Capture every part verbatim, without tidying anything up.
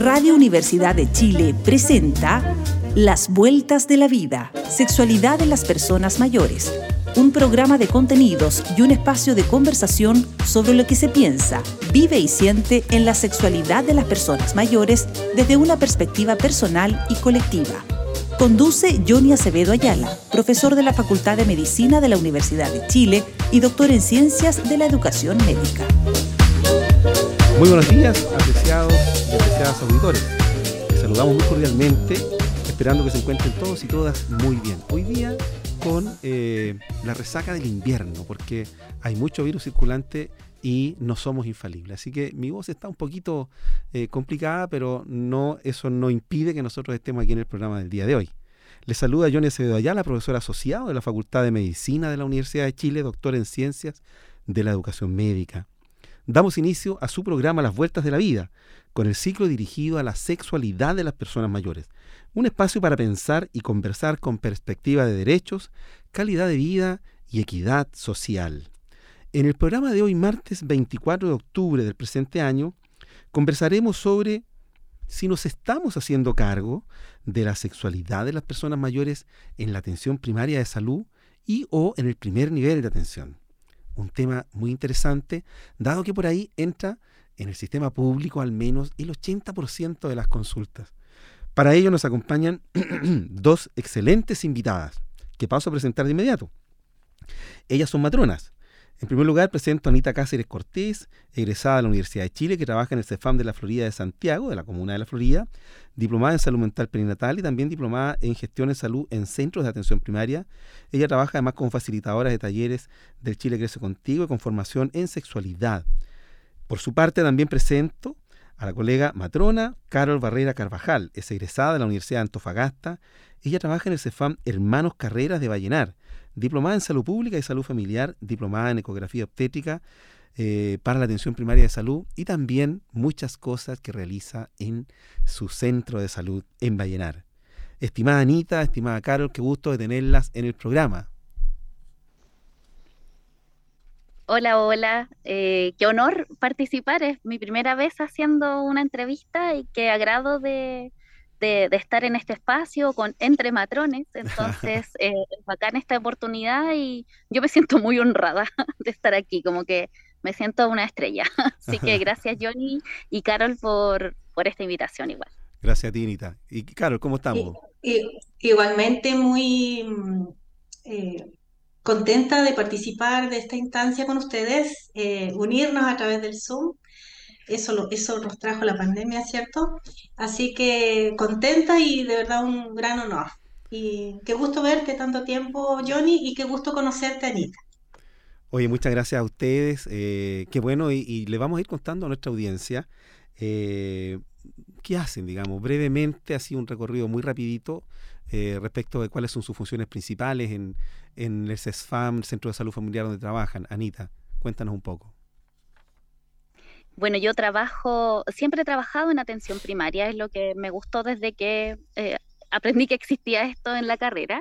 Radio Universidad de Chile presenta Las Vueltas de la Vida, Sexualidad en las Personas Mayores, un programa de contenidos y un espacio de conversación sobre lo que se piensa, vive y siente en la sexualidad de las personas mayores desde una perspectiva personal y colectiva. Conduce Johnny Acevedo Ayala, profesor de la Facultad de Medicina de la Universidad de Chile y doctor en Ciencias de la Educación Médica. Muy buenos días, apreciados y apreciadas auditores. Les saludamos muy cordialmente, esperando que se encuentren todos y todas muy bien. Hoy día con eh, la resaca del invierno, porque hay mucho virus circulante y no somos infalibles. Así que mi voz está un poquito eh, complicada, pero no, eso no impide que nosotros estemos aquí en el programa del día de hoy. Les saluda Johnny Acevedo Ayala, profesor asociado de la Facultad de Medicina de la Universidad de Chile, doctor en Ciencias de la Educación Médica. Damos inicio a su programa Las Vueltas de la Vida, con el ciclo dirigido a la sexualidad de las personas mayores. Un espacio para pensar y conversar con perspectiva de derechos, calidad de vida y equidad social. En el programa de hoy, martes veinticuatro de octubre del presente año, conversaremos sobre si nos estamos haciendo cargo de la sexualidad de las personas mayores en la atención primaria de salud y o en el primer nivel de atención. Un tema muy interesante, dado que por ahí entra en el sistema público al menos el ochenta por ciento de las consultas. Para ello nos acompañan dos excelentes invitadas, que paso a presentar de inmediato. Ellas son matronas. En primer lugar, presento a Anita Cáceres Cortés, egresada de la Universidad de Chile, que trabaja en el CEFAM de la Florida de Santiago, de la comuna de La Florida, diplomada en salud mental perinatal y también diplomada en gestión de salud en centros de atención primaria. Ella trabaja además como facilitadora de talleres del Chile Crece Contigo y con formación en sexualidad. Por su parte, también presento a la colega matrona Carol Barrera Carvajal, es egresada de la Universidad de Antofagasta. Ella trabaja en el CEFAM Hermanos Carreras de Vallenar, diplomada en salud pública y salud familiar, diplomada en ecografía obstétrica eh, para la atención primaria de salud y también muchas cosas que realiza en su centro de salud en Vallenar. Estimada Anita, estimada Carol, qué gusto de tenerlas en el programa. Hola, hola, eh, qué honor participar, es mi primera vez haciendo una entrevista y qué agrado de, de, de estar en este espacio con entre matrones, entonces eh, es bacán esta oportunidad y yo me siento muy honrada de estar aquí, como que me siento una estrella, así que gracias Johnny y Carol por, por esta invitación igual. Gracias a ti, Anita. Y Carol, ¿cómo estamos? Y, y, igualmente muy... Eh, contenta de participar de esta instancia con ustedes, eh, unirnos a través del Zoom. Eso, lo, eso nos trajo la pandemia, ¿cierto? Así que contenta y de verdad un gran honor. Y qué gusto verte tanto tiempo, Johnny, y qué gusto conocerte, Anita. Oye, muchas gracias a ustedes. Eh, qué bueno, y, y le vamos a ir contando a nuestra audiencia eh, qué hacen, digamos, brevemente, así un recorrido muy rapidito eh, respecto de cuáles son sus funciones principales en, en el CESFAM, el Centro de Salud Familiar donde trabajan. Anita, cuéntanos un poco. Bueno, yo trabajo, siempre he trabajado en atención primaria, es lo que me gustó desde que eh, aprendí que existía esto en la carrera.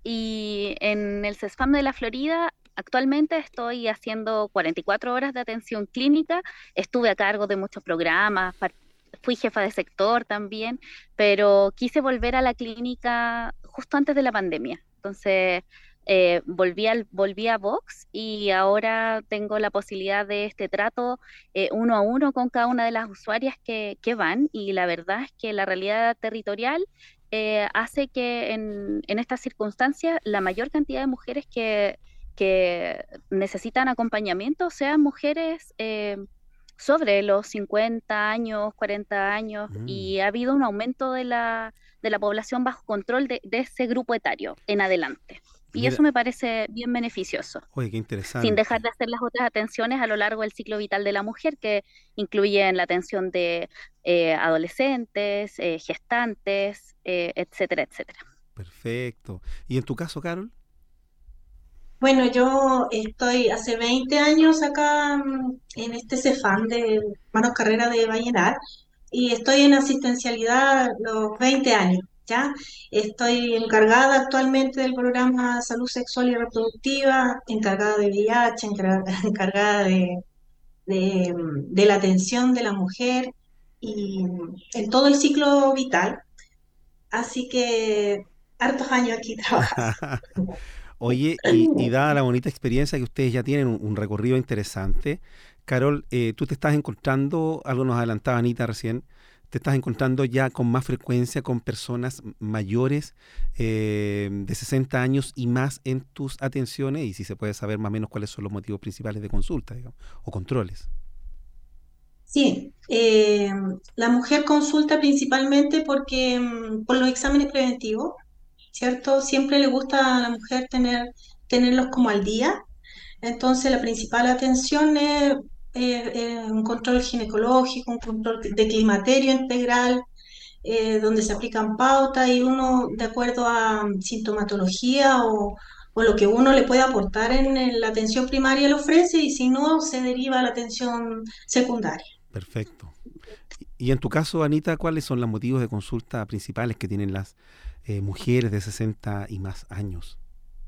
Y en el CESFAM de la Florida actualmente estoy haciendo cuarenta y cuatro horas de atención clínica, estuve a cargo de muchos programas, fui jefa de sector también, pero quise volver a la clínica justo antes de la pandemia. Entonces eh, volví, al, volví a Vox y ahora tengo la posibilidad de este trato eh, uno a uno con cada una de las usuarias que, que van, y la verdad es que la realidad territorial eh, hace que en, en estas circunstancias la mayor cantidad de mujeres que, que necesitan acompañamiento sean mujeres eh, sobre los cincuenta años, cuarenta años, mm. y ha habido un aumento de la, de la población bajo control de, de ese grupo etario en adelante. Y Mira, eso me parece bien beneficioso. Oye, qué interesante. Sin dejar de hacer las otras atenciones a lo largo del ciclo vital de la mujer, que incluyen la atención de eh, adolescentes, eh, gestantes, eh, etcétera, etcétera. Perfecto. ¿Y en tu caso, Carol? Bueno, yo estoy hace veinte años acá en este CEFAM de Hermanos Carreras de Vallenar y estoy en asistencialidad los veinte años, ¿ya? Estoy encargada actualmente del programa Salud Sexual y Reproductiva, encargada de V I H, encargada, encargada de, de, de la atención de la mujer y en todo el ciclo vital. Así que hartos años aquí trabajando. Oye, y, y dada la bonita experiencia que ustedes ya tienen, un, un recorrido interesante, Carol, eh, tú te estás encontrando, algo nos adelantaba Anita recién, te estás encontrando ya con más frecuencia con personas m- mayores eh, de sesenta años y más en tus atenciones, y si se puede saber más o menos cuáles son los motivos principales de consulta, digamos, o controles. Sí, eh, la mujer consulta principalmente porque mm, por los exámenes preventivos, ¿cierto? Siempre le gusta a la mujer tener, tenerlos como al día. Entonces, la principal atención es eh, eh, un control ginecológico, un control de climaterio integral, eh, donde se aplican pautas y uno, de acuerdo a mm, sintomatología o, o lo que uno le puede aportar en, en la atención primaria, lo ofrece y si no, se deriva a la atención secundaria. Perfecto. Y, y en tu caso, Anita, ¿cuáles son los motivos de consulta principales que tienen las eh, mujeres de sesenta y más años?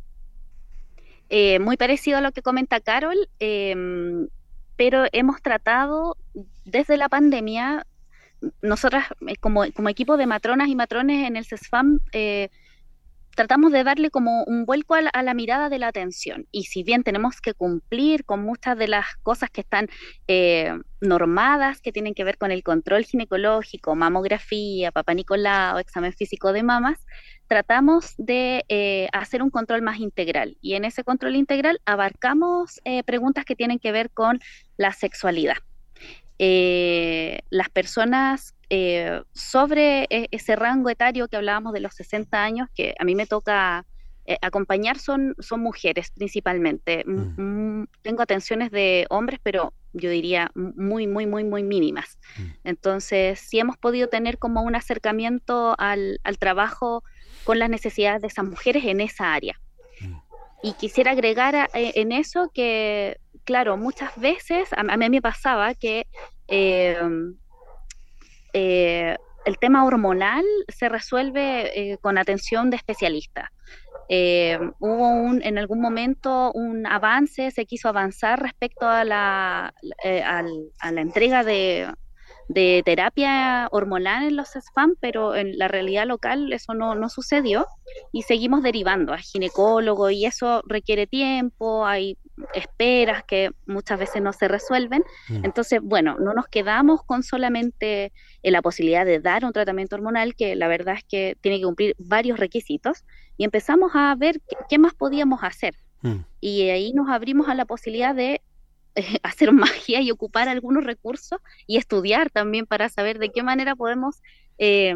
Eh, muy parecido a lo que comenta Carol, em, pero hemos tratado desde la pandemia, nosotras eh, como, como equipo de matronas y matrones en el CESFAM, eh, tratamos de darle como un vuelco a la, a la mirada de la atención. Y si bien tenemos que cumplir con muchas de las cosas que están eh, normadas, que tienen que ver con el control ginecológico, mamografía, papá Nicolau, examen físico de mamas, tratamos de eh, hacer un control más integral. Y en ese control integral abarcamos eh, preguntas que tienen que ver con la sexualidad. Eh, las personas eh, sobre e- ese rango etario que hablábamos de los sesenta años, que a mí me toca eh, acompañar, son, son mujeres principalmente. M- Mm, m- tengo atenciones de hombres, pero yo diría m- muy, muy, muy, muy mínimas. mm, Entonces, sí hemos podido tener como un acercamiento al, al trabajo con las necesidades de esas mujeres en esa área. mm. Y quisiera agregar a- eh, en eso que, claro, muchas veces a, a mí me pasaba que eh, eh, el tema hormonal se resuelve eh, con atención de especialistas. Eh, hubo un, en algún momento un avance, se quiso avanzar respecto a la, eh, al- a la entrega de, de terapia hormonal en los SFAM, pero en la realidad local eso no, no sucedió y seguimos derivando a ginecólogo y eso requiere tiempo, hay esperas que muchas veces no se resuelven. Mm. Entonces, bueno, no nos quedamos con solamente eh, la posibilidad de dar un tratamiento hormonal, que la verdad es que tiene que cumplir varios requisitos, y empezamos a ver qué, qué más podíamos hacer. Mm. Y ahí nos abrimos a la posibilidad de eh, hacer magia y ocupar algunos recursos y estudiar también para saber de qué manera podemos eh,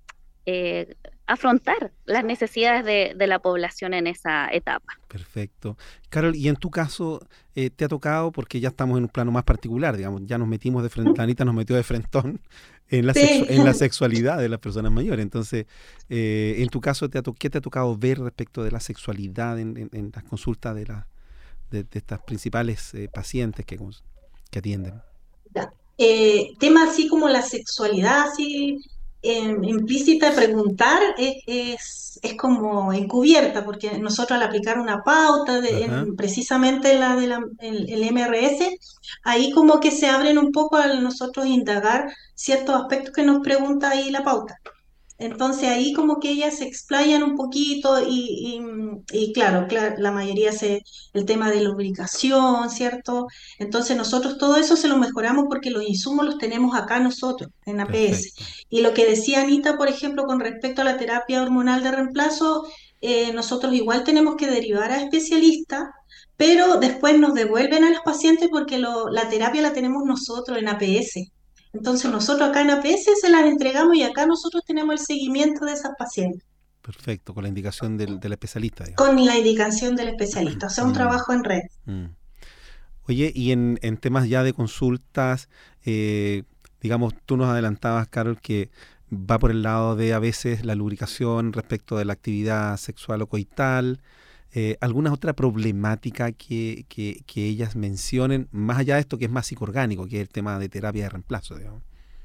eh, afrontar las necesidades de, de la población en esa etapa. Perfecto. Carol, y en tu caso, eh, te ha tocado, porque ya estamos en un plano más particular, digamos, ya nos metimos de frente, la Anita nos metió de frentón en la, sexu- Sí. en la sexualidad de las personas mayores. Entonces, eh, en tu caso, te ha to- ¿qué te ha tocado ver respecto de la sexualidad en, en- en las consultas de, la, de, de estas principales eh, pacientes que, cons- que atienden? Ya. Eh, tema así como la sexualidad, así eh, implícita de preguntar, es, es, es como encubierta, porque nosotros al aplicar una pauta, de, Ajá. en, precisamente la de la, el, el M R S, ahí como que se abren un poco a nosotros indagar ciertos aspectos que nos pregunta ahí la pauta. Entonces ahí como que ellas se explayan un poquito y, y- y claro, cla- la mayoría se, el tema de lubricación, ¿cierto? Entonces nosotros todo eso se lo mejoramos porque los insumos los tenemos acá nosotros, en A P S. Perfecto. Y lo que decía Anita, por ejemplo, con respecto a la terapia hormonal de reemplazo, eh, nosotros igual tenemos que derivar a especialistas, pero después nos devuelven a los pacientes porque lo- la terapia la tenemos nosotros en A P S. Entonces nosotros acá en A P S se las entregamos y acá nosotros tenemos el seguimiento de esas pacientes Perfecto, con la indicación del, del especialista, digamos. con la indicación del especialista, o sea, un Mm, trabajo en red. mm. Oye, y en, en temas ya de consultas, eh, digamos, tú nos adelantabas, Carol, que va por el lado de a veces la lubricación respecto de la actividad sexual o coital. Eh, ¿alguna otra problemática que, que, que ellas mencionen, más allá de esto que es más psicoorgánico, que es el tema de terapia de reemplazo, digamos?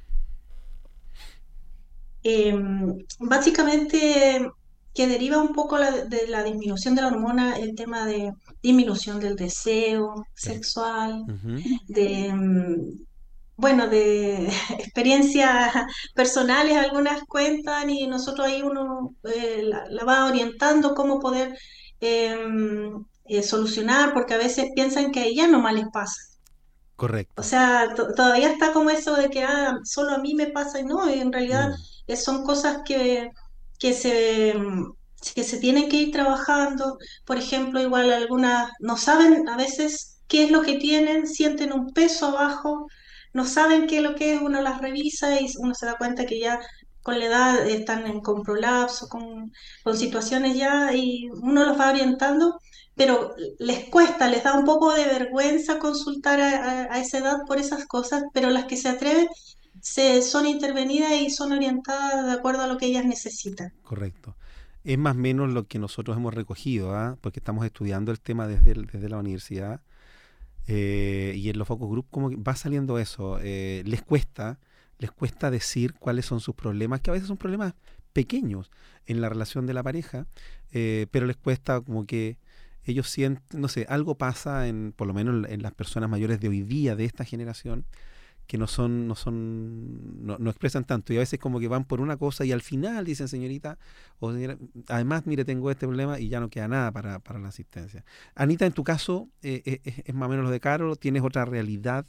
Eh, Básicamente que deriva un poco la- de la disminución de la hormona el tema de disminución del deseo Per- sexual, Ujú. de, mm, bueno, de experiencias personales, algunas cuentan y nosotros ahí uno eh, la, la va orientando cómo poder eh, eh, solucionar, porque a veces piensan que a ellas nomás les pasa. O Correcto. sea, to- todavía está como eso de que ah, solo a mí me pasa y no, y en realidad Mm, eh, son cosas que, que se, mm, que se tienen que ir trabajando. Por ejemplo, igual algunas no saben a veces qué es lo que tienen, sienten un peso abajo, no saben qué es lo que es, uno las revisa y uno se da cuenta que ya con la edad están en- con prolapso, con, con situaciones ya, y uno los va orientando, pero les cuesta, les da un poco de vergüenza consultar a, a- a esa edad por esas cosas, pero las que se atreven se, son intervenidas y son orientadas de acuerdo a lo que ellas necesitan. correcto. Es más o menos lo que nosotros hemos recogido, ¿ah? Porque estamos estudiando el tema desde, el- desde la universidad. Eh, y en los focus group como que va saliendo eso. Eh, les cuesta, les cuesta decir cuáles son sus problemas, que a veces son problemas pequeños en la relación de la pareja, eh, pero les cuesta como que ellos sienten, no sé, algo pasa en, por lo menos en, en las personas mayores de hoy día, de esta generación, que no son, no son, no, no expresan tanto, y a veces como que van por una cosa y al final dicen señorita, o señora, además mire tengo este problema y ya no queda nada para, para la asistencia. Anita, en tu caso, eh, eh, es, es más o menos lo de Caro, ¿tienes otra realidad?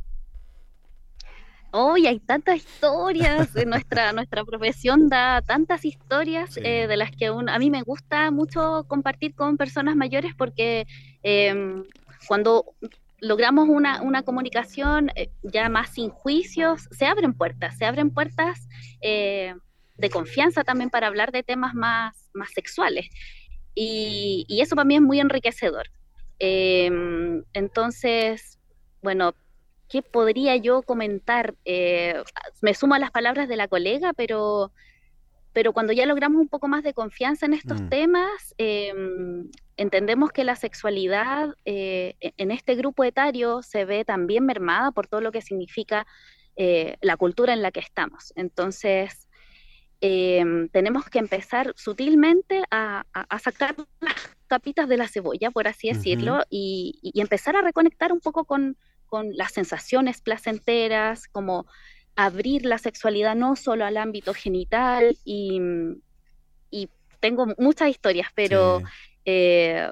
Hoy hay tantas historias, eh, nuestra, nuestra profesión da tantas historias eh, Sí. de las que un- a mí me gusta mucho compartir con personas mayores porque em, cuando logramos una, una comunicación eh, ya más sin juicios, se abren puertas, se abren puertas eh, de confianza también para hablar de temas más, más sexuales. Y, y eso para mí es muy enriquecedor. Em, entonces, bueno, ¿qué podría yo comentar? Eh, me sumo a las palabras de la colega, pero, pero cuando ya logramos un poco más de confianza en estos Mm, temas, eh, entendemos que la sexualidad eh, en este grupo etario se ve también mermada por todo lo que significa eh, la cultura en la que estamos. Entonces, eh, tenemos que empezar sutilmente a, a, a sacar las capitas de la cebolla, por así ujú, decirlo, y, y empezar a reconectar un poco con, con las sensaciones placenteras, como abrir la sexualidad no solo al ámbito genital, y, y tengo muchas historias, pero sí. eh,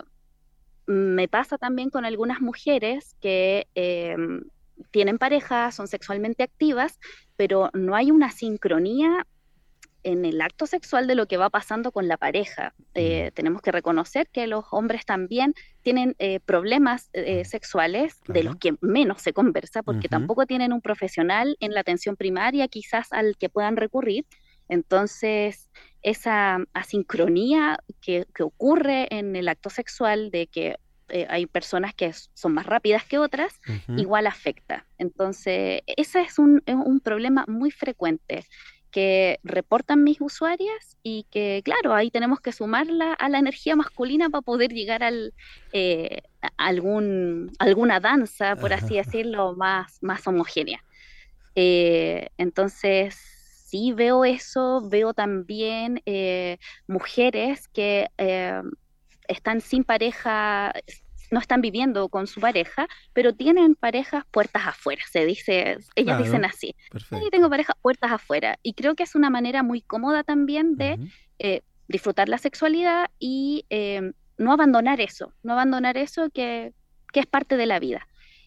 me pasa también con algunas mujeres que eh, tienen pareja, son sexualmente activas, pero no hay una sincronía en el acto sexual de lo que va pasando con la pareja. Mm, Eh, tenemos que reconocer que los hombres también tienen eh, problemas eh, mm, sexuales de los claro. que menos se conversa, porque Ujú, tampoco tienen un profesional en la atención primaria quizás al que puedan recurrir. Entonces, esa asincronía que, que ocurre en el acto sexual, de que eh, hay personas que son más rápidas que otras, ujú, igual afecta. Entonces, ese es un, es un problema muy frecuente que reportan mis usuarias y que, claro, ahí tenemos que sumarla a la energía masculina para poder llegar al, eh, a algún, alguna danza, por así ajá, decirlo, más, más homogénea. Eh, entonces, sí veo eso, veo también eh, mujeres que eh, están sin pareja, no están viviendo con su pareja, pero tienen parejas puertas afuera, se dice, ellas dicen claro, así, "Ay, tengo perfecto. pareja puertas afuera", y creo que es una manera muy cómoda también de Ujú, eh, disfrutar la sexualidad y eh, no abandonar eso, no abandonar eso que, que es parte de la vida.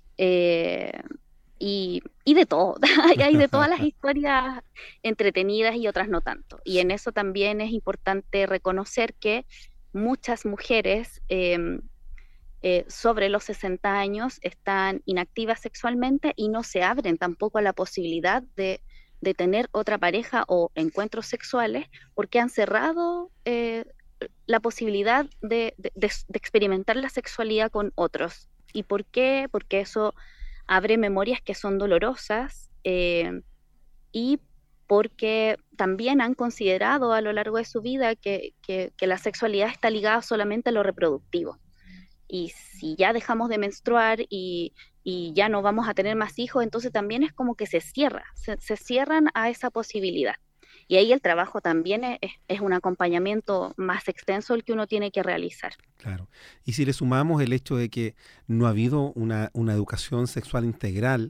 Eh, y, y de todo, hay hay de todas las historias entretenidas y otras no tanto. Y en sí, eso también es importante reconocer que muchas mujeres eh, eh, sobre los sesenta años están inactivas sexualmente y no se abren tampoco a la posibilidad de, de tener otra pareja o encuentros sexuales porque han cerrado eh, la posibilidad de, de, de, de experimentar la sexualidad con otros. ¿Y por qué? Porque eso abre memorias que son dolorosas eh, y porque también han considerado a lo largo de su vida que, que, que la sexualidad está ligada solamente a lo reproductivo. Y si ya dejamos de menstruar y, y ya no vamos a tener más hijos, entonces también es como que se cierra, se, se cierran a esa posibilidad. Y ahí el trabajo también es, es un acompañamiento más extenso el que uno tiene que realizar. claro. Y si le sumamos el hecho de que no ha habido una, una educación sexual integral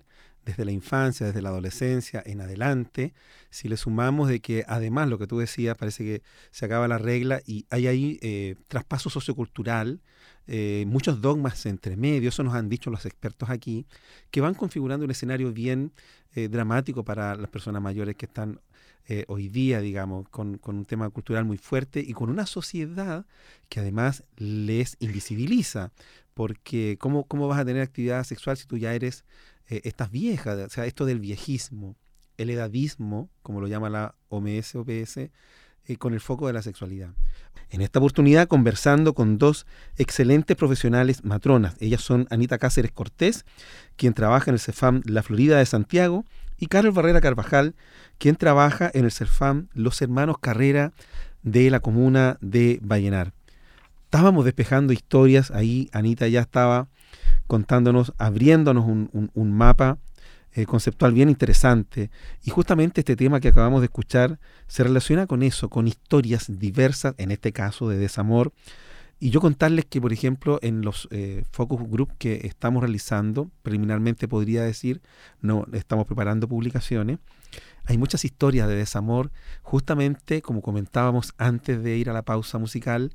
desde la infancia, desde la adolescencia en adelante, si le sumamos de que además lo que tú decías, parece que se acaba la regla y hay ahí eh, traspaso sociocultural, eh, muchos dogmas entre medio, eso nos han dicho los expertos aquí, que van configurando un escenario bien eh, dramático para las personas mayores que están eh, hoy día, digamos, con, con un tema cultural muy fuerte y con una sociedad que además les invisibiliza, porque ¿cómo, cómo vas a tener actividad sexual si tú ya eres, eh, estás vieja? O sea, esto del viejismo, el edadismo, como lo llama la O M S O P S, eh, con el foco de la sexualidad. En esta oportunidad conversando con dos excelentes profesionales matronas. Ellas son Anita Cáceres Cortés, quien trabaja en el CEFAM La Florida de Santiago, y Carol Barrera Carvajal, quien trabaja en el CEFAM Los Hermanos Carrera de la comuna de Vallenar. Estábamos despejando historias, ahí Anita ya estaba contándonos, abriéndonos un, un, un mapa eh, conceptual bien interesante, y justamente este tema que acabamos de escuchar se relaciona con eso, con historias diversas, en este caso de desamor. Y yo contarles que, por ejemplo, en los eh, focus group que estamos realizando, preliminarmente podría decir, no estamos preparando publicaciones, hay muchas historias de desamor, justamente como comentábamos antes de ir a la pausa musical,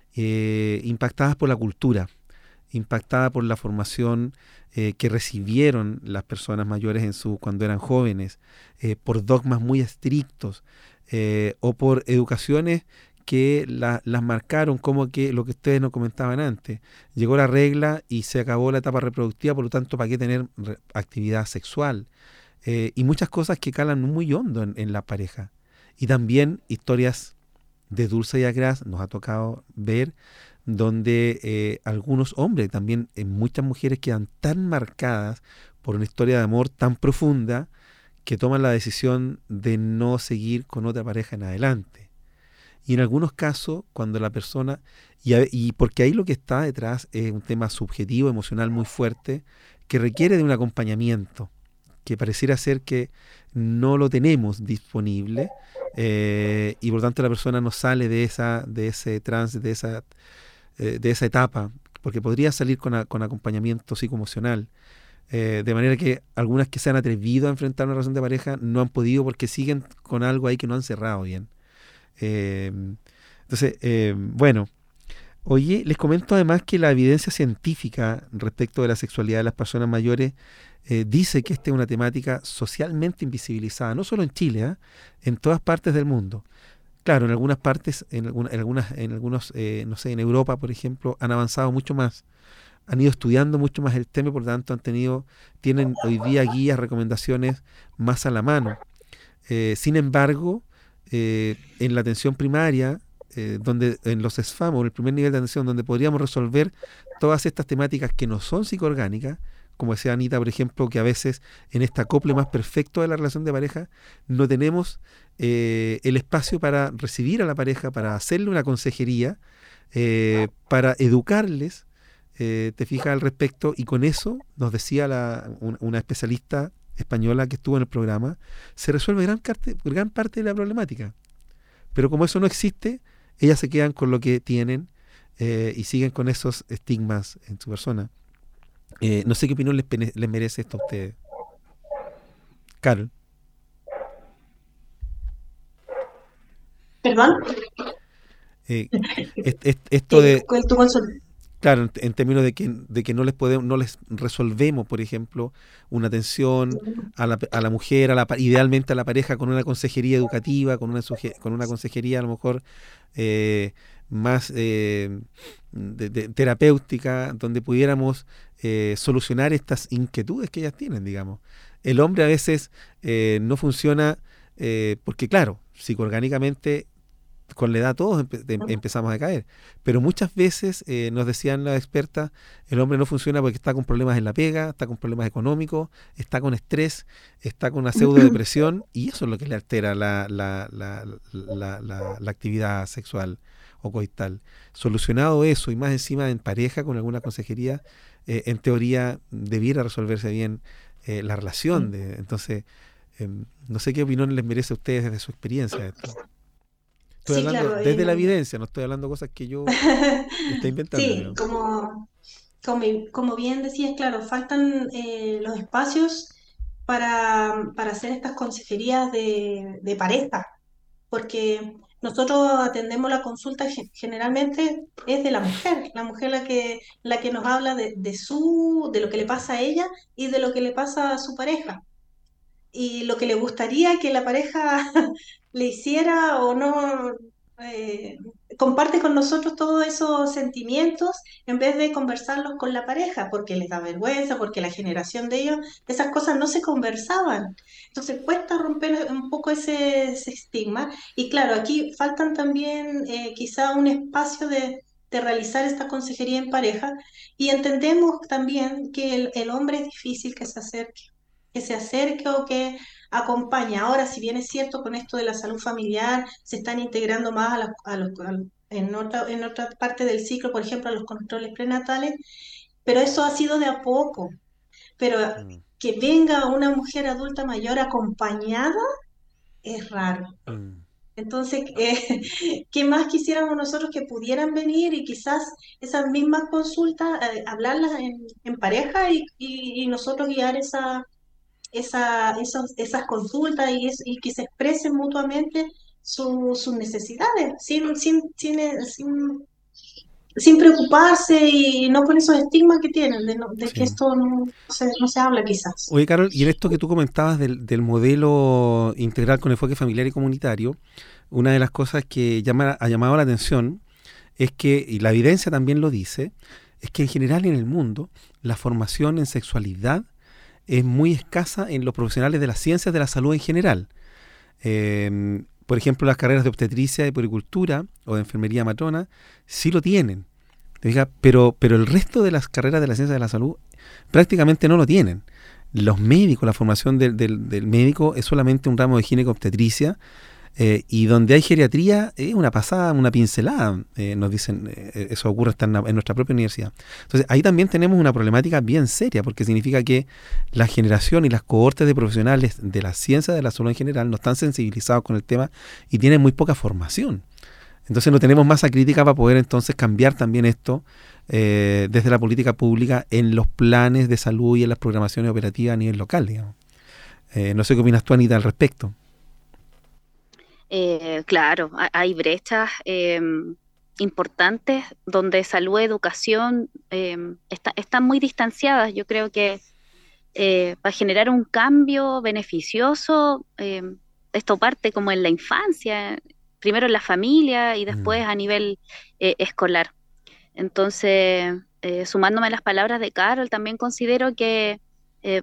eh, impactadas por la cultura, impactada por la formación eh, que recibieron las personas mayores en su cuando eran jóvenes, eh, por dogmas muy estrictos, eh, o por educaciones que la, las marcaron, como que lo que ustedes nos comentaban antes, llegó la regla y se acabó la etapa reproductiva, por lo tanto, ¿para qué tener re- actividad sexual? Eh, y muchas cosas que calan muy hondo en, en la pareja. Y también historias de Dulce y Agraz nos ha tocado ver, donde eh, algunos hombres, también eh, muchas mujeres quedan tan marcadas por una historia de amor tan profunda que toman la decisión de no seguir con otra pareja en adelante. Y en algunos casos, cuando la persona, y, a- y porque ahí lo que está detrás es un tema subjetivo, emocional muy fuerte, que requiere de un acompañamiento, que pareciera ser que no lo tenemos disponible, eh, y por tanto la persona no sale de esa, de ese trance, de esa, eh, de esa etapa, porque podría salir con, a- con acompañamiento psicoemocional. Eh, de manera que algunas que se han atrevido a enfrentar una relación de pareja no han podido porque siguen con algo ahí que no han cerrado bien. Eh, entonces, eh, bueno, oye, les comento además que la evidencia científica respecto de la sexualidad de las personas mayores eh, dice que esta es una temática socialmente invisibilizada, no solo en Chile, ¿ah? En todas partes del mundo. Claro, en algunas partes, en, alguna- en algunas, en algunos, eh, no sé, en Europa, por ejemplo, han avanzado mucho más, han ido estudiando mucho más el tema y por lo tanto han tenido, tienen hoy día guías, recomendaciones más a la mano. Eh, sin embargo, eh, en la atención primaria, eh, donde en los SFAM, o en el primer nivel de atención, donde podríamos resolver todas estas temáticas que no son psicoorgánicas, como decía Anita, por ejemplo, que a veces en este acople más perfecto de la relación de pareja, no tenemos eh, el espacio para recibir a la pareja, para hacerle una consejería, eh, para educarles, eh, te fijas al respecto, y con eso, nos decía la, un- una especialista española que estuvo en el programa, se resuelve gran, carte- gran parte de la problemática. Pero como eso no existe, ellas se quedan con lo que tienen, eh, y siguen con esos estigmas en su persona. Eh, no sé qué opinión les, pene- les merece esto a ustedes. Carol, Perdón, eh, est- est- esto que de, con tu consulta. claro, en, en términos de que, de que no les podemos, no les resolvemos, por ejemplo, una atención a la, a la mujer, a la, pa- idealmente a la pareja, con una consejería educativa, con una, suge- con una consejería a lo mejor eh, más eh, de- de- terapéutica, donde pudiéramos eh, solucionar estas inquietudes que ellas tienen, digamos. El hombre a veces eh, no funciona eh, porque, claro, psicoorgánicamente con la edad todos empe- em- empezamos a caer, pero muchas veces eh, nos decían las expertas, el hombre no funciona porque está con problemas en la pega, está con problemas económicos, está con estrés, está con una pseudo depresión, y eso es lo que le altera la, la, la, la, la- la actividad sexual o coital. Solucionado eso, y más encima en pareja con alguna consejería, eh, en teoría debiera resolverse bien eh, la relación. De, entonces, em, no sé qué opinión les merece a ustedes desde su experiencia de esto. Estoy Sí, hablando claro. desde la em, evidencia, no estoy hablando cosas que yo esté inventando, Sí, digamos. como, como, como bien decías, claro, faltan eh, los espacios para, para hacer estas consejerías de, de pareja, porque nosotros atendemos la consulta ge- generalmente es de la mujer, la mujer la que, la que nos habla de, de su, de lo que le pasa a ella y de lo que le pasa a su pareja y lo que le gustaría que la pareja le hiciera o no, eh, comparte con nosotros todos esos sentimientos en vez de conversarlos con la pareja, porque les da vergüenza, porque la generación de ellos, esas cosas no se conversaban. Entonces cuesta romper un poco ese, ese estigma. Y claro, aquí faltan también eh, quizá un espacio de, de realizar esta consejería en pareja y entendemos también que el, el hombre es difícil que se acerque que se acerque o que acompañe. Ahora, si bien es cierto, con esto de la salud familiar, se están integrando más a, la- a los, a- en otra, en otra parte del ciclo, por ejemplo, a los controles prenatales, pero eso ha sido de a poco. Pero Mm, que venga una mujer adulta mayor acompañada es raro. mm. Entonces, eh, ¿qué más quisiéramos nosotros que pudieran venir y quizás esas mismas consultas, eh, hablarlas en, en pareja y, y- y nosotros guiar esa, esa, esos, esas consultas y, es- y que se expresen mutuamente su- sus necesidades, sin, sin, sin, sin, sin preocuparse y no con esos estigmas que tienen, de, no- de que Sí. esto no se, no se habla quizás. Oye, Carol, y en esto que tú comentabas del, del modelo integral con enfoque familiar y comunitario, una de las cosas que llama, ha llamado la atención es que, y la evidencia también lo dice, es que en general en el mundo la formación en sexualidad es muy escasa en los profesionales de las ciencias de la salud en general. Eh, por ejemplo, las carreras de obstetricia y puericultura o de enfermería matrona sí lo tienen, ¿te fijas? Pero, pero el resto de las carreras de la ciencia de la salud prácticamente no lo tienen. Los médicos, la formación del, del, del médico es solamente un ramo de gineco-obstetricia, eh, y donde hay geriatría es una pasada, una pincelada, eh, nos dicen, eh, eso ocurre hasta en, la- en nuestra propia universidad. Entonces ahí también tenemos una problemática bien seria, porque significa que la generación y las cohortes de profesionales de la ciencia de la salud en general no están sensibilizados con el tema y tienen muy poca formación. Entonces no tenemos masa crítica para poder entonces cambiar también esto, eh, desde la política pública en los planes de salud y en las programaciones operativas a nivel local, digamos. Eh, no sé qué opinas tú, Anita, al respecto. Eh, claro, ha- hay brechas em, importantes donde salud y educación em, está- están muy distanciadas. Yo creo que eh, para generar un cambio beneficioso, em, esto parte como en la infancia, primero en la familia y después Mm, a nivel eh, escolar. Entonces, eh, sumándome a las palabras de Carol, también considero que eh,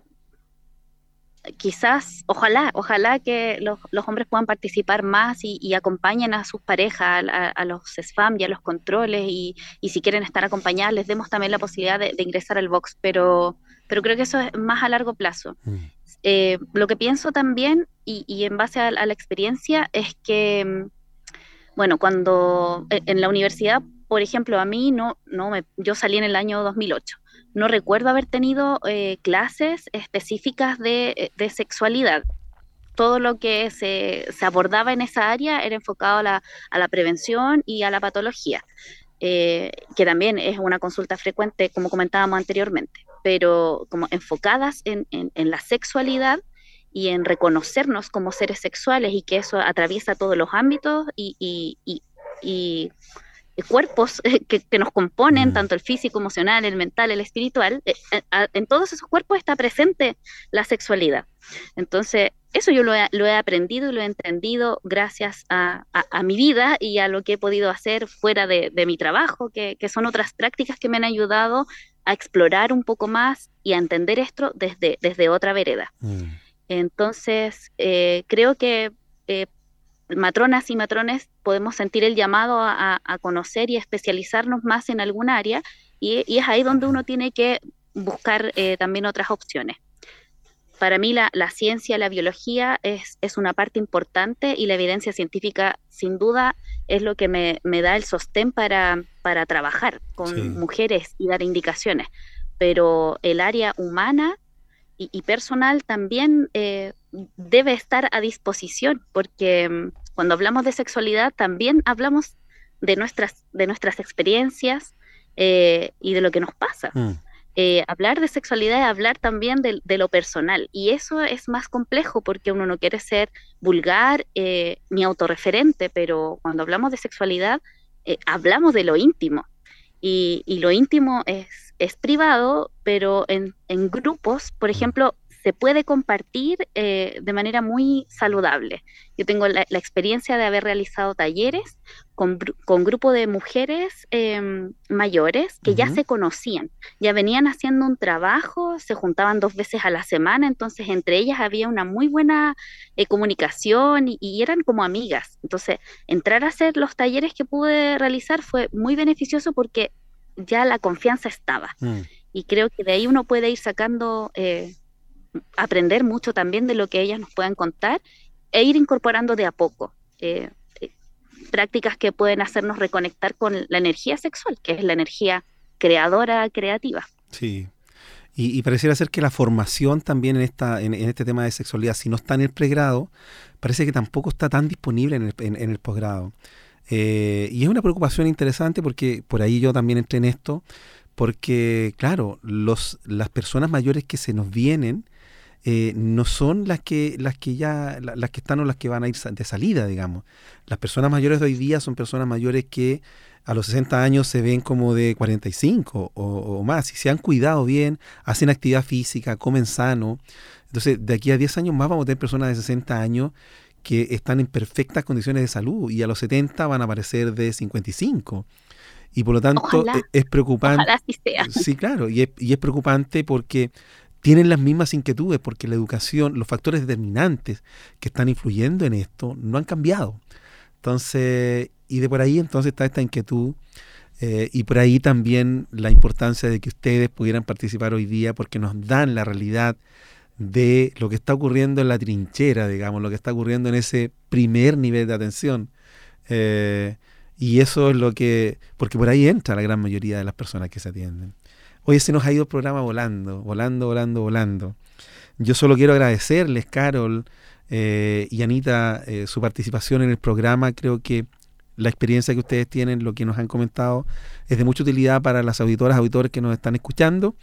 quizás, ojalá, ojalá que los, los hombres puedan participar más y, y acompañen a sus parejas, a, a los SFAM y a los controles, y, y si quieren estar acompañadas, les demos también la posibilidad de, de ingresar al box, pero, pero creo que eso es más a largo plazo. mm, Eh, lo que pienso también, y, y en base a, a la experiencia, es que, mm, bueno, cuando eh, en la universidad, por ejemplo, a mí no, no me, yo salí en el año dos mil ocho. No recuerdo haber tenido eh, clases específicas de, eh, de sexualidad. Todo lo que se, se abordaba en esa área era enfocado a la, a la prevención y a la patología, eh, que también es una consulta frecuente, como comentábamos anteriormente, pero como enfocadas en, en, en la sexualidad y en reconocernos como seres sexuales y que eso atraviesa todos los ámbitos y, y, y, y cuerpos que, que, nos componen, mm, tanto el físico, emocional, el mental, el espiritual. Eh, eh, en todos esos cuerpos está presente la sexualidad. Entonces, eso yo lo he, lo he aprendido y lo he entendido gracias a, a, a, mi vida y a lo que he podido hacer fuera de, de mi trabajo, que, que son otras prácticas que me han ayudado a explorar un poco más y a entender esto desde, desde otra vereda. mm. Entonces, eh, creo que eh, matronas y matrones podemos sentir el llamado a, a conocer y a especializarnos más en algún área, y, y es ahí donde uno tiene que buscar eh, también otras opciones. Para mí la, la ciencia, la biología es, es una parte importante, y la evidencia científica sin duda es lo que me, me da el sostén para, para trabajar con Sí. mujeres y dar indicaciones, pero el área humana y, y personal también eh, debe estar a disposición, porque um, cuando hablamos de sexualidad también hablamos de nuestras, de nuestras experiencias eh, y de lo que nos pasa. Mm. Eh, hablar de sexualidad es hablar también de, de lo personal, y eso es más complejo porque uno no quiere ser vulgar eh, ni autorreferente, pero cuando hablamos de sexualidad eh, hablamos de lo íntimo, y, y lo íntimo es, es privado, pero en, en grupos, por ejemplo, se puede compartir eh, de manera muy saludable. Yo tengo la, la experiencia de haber realizado talleres con, con grupo de mujeres eh, mayores que uh-huh. ya se conocían, ya venían haciendo un trabajo, se juntaban dos veces a la semana, entonces entre ellas había una muy buena eh, comunicación y, y eran como amigas. Entonces, entrar a hacer los talleres que pude realizar fue muy beneficioso porque ya la confianza estaba. Uh-huh. Y creo que de ahí uno puede ir sacando... Eh, aprender mucho también de lo que ellas nos puedan contar e ir incorporando de a poco eh, eh, prácticas que pueden hacernos reconectar con la energía sexual, que es la energía creadora, creativa. Sí, y, y pareciera ser que la formación también en, esta, en, en este tema de sexualidad, si no está en el pregrado, parece que tampoco está tan disponible en el, en, en el posgrado. Eh, y es una preocupación interesante porque por ahí yo también entré en esto, porque claro, los, las personas mayores que se nos vienen Eh, no son las que las que ya la, las que están o las que van a ir de salida, digamos. Las personas mayores de hoy día son personas mayores que a los sesenta años se ven como de cuarenta y cinco o, o más, y se han cuidado bien, hacen actividad física, comen sano. Entonces, de aquí a diez años más vamos a tener personas de sesenta años que están en perfectas condiciones de salud, y a los setenta van a aparecer de cincuenta y cinco. Y por lo tanto, ojalá, es, es preocupante. Ojalá así sea. Sí, claro, y es, y es preocupante porque tienen las mismas inquietudes, porque la educación, los factores determinantes que están influyendo en esto no han cambiado. Entonces, y de por ahí entonces está esta inquietud eh, y por ahí también la importancia de que ustedes pudieran participar hoy día, porque nos dan la realidad de lo que está ocurriendo en la trinchera, digamos, lo que está ocurriendo en ese primer nivel de atención. Eh, y eso es lo que, porque por ahí entra la gran mayoría de las personas que se atienden. Hoy se nos ha ido el programa volando, volando, volando, volando. Yo solo quiero agradecerles, Carol eh, y Anita, eh, su participación en el programa. Creo que la experiencia que ustedes tienen, lo que nos han comentado, es de mucha utilidad para las auditoras, auditores que nos están escuchando.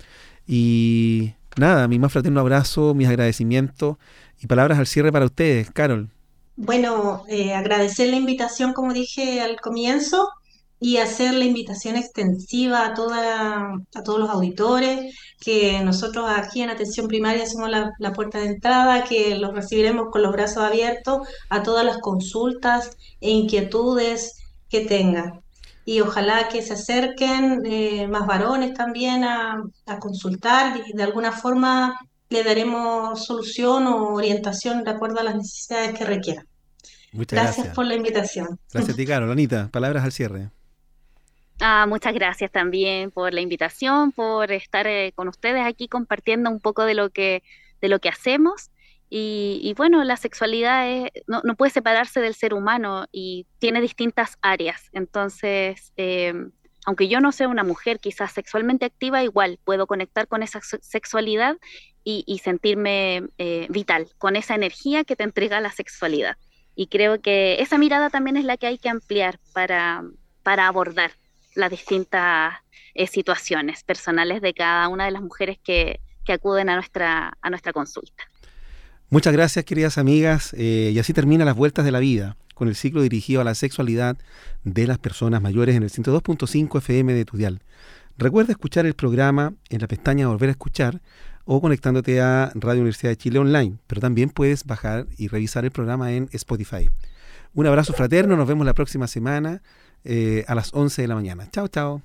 Y nada, mi más fraterno abrazo, mis agradecimientos y palabras al cierre para ustedes, Carol. Bueno, eh, agradecer la invitación, como dije al comienzo, y hacer la invitación extensiva a, toda, a todos los auditores, que nosotros aquí en Atención Primaria somos la, la puerta de entrada, que los recibiremos con los brazos abiertos a todas las consultas e inquietudes que tengan. Y ojalá que se acerquen eh, más varones también a, a consultar, y de alguna forma le daremos solución o orientación de acuerdo a las necesidades que requieran. Muchas gracias. Gracias por la invitación. Gracias a ti, Carol. Anita, palabras al cierre. Ah, muchas gracias también por la invitación, por estar eh, con ustedes aquí compartiendo un poco de lo que, de lo que hacemos. Y, y bueno, la sexualidad es, no, no puede separarse del ser humano y tiene distintas áreas. Entonces, eh, aunque yo no sea una mujer quizás sexualmente activa, igual puedo conectar con esa sexualidad y, y sentirme eh, vital, con esa energía que te entrega la sexualidad. Y creo que esa mirada también es la que hay que ampliar para, para abordar las distintas eh, situaciones personales de cada una de las mujeres que, que acuden a nuestra, a nuestra consulta. Muchas gracias, queridas amigas. Eh, y así termina Las Vueltas de la Vida, con el ciclo dirigido a la sexualidad de las personas mayores en el ciento dos punto cinco F M de tu dial. Recuerda escuchar el programa en la pestaña Volver a Escuchar o conectándote a Radio Universidad de Chile Online, pero también puedes bajar y revisar el programa en Spotify. Un abrazo fraterno, nos vemos la próxima semana eh, a las once de la mañana. Chao, chao.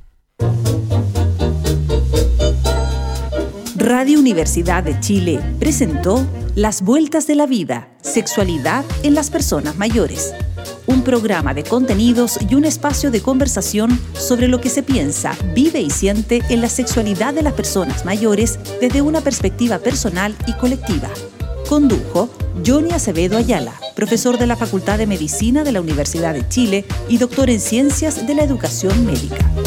Radio Universidad de Chile presentó Las Vueltas de la Vida, Sexualidad en las Personas Mayores. Un programa de contenidos y un espacio de conversación sobre lo que se piensa, vive y siente en la sexualidad de las personas mayores desde una perspectiva personal y colectiva. Condujo Johnny Acevedo Ayala, profesor de la Facultad de Medicina de la Universidad de Chile y doctor en Ciencias de la Educación Médica.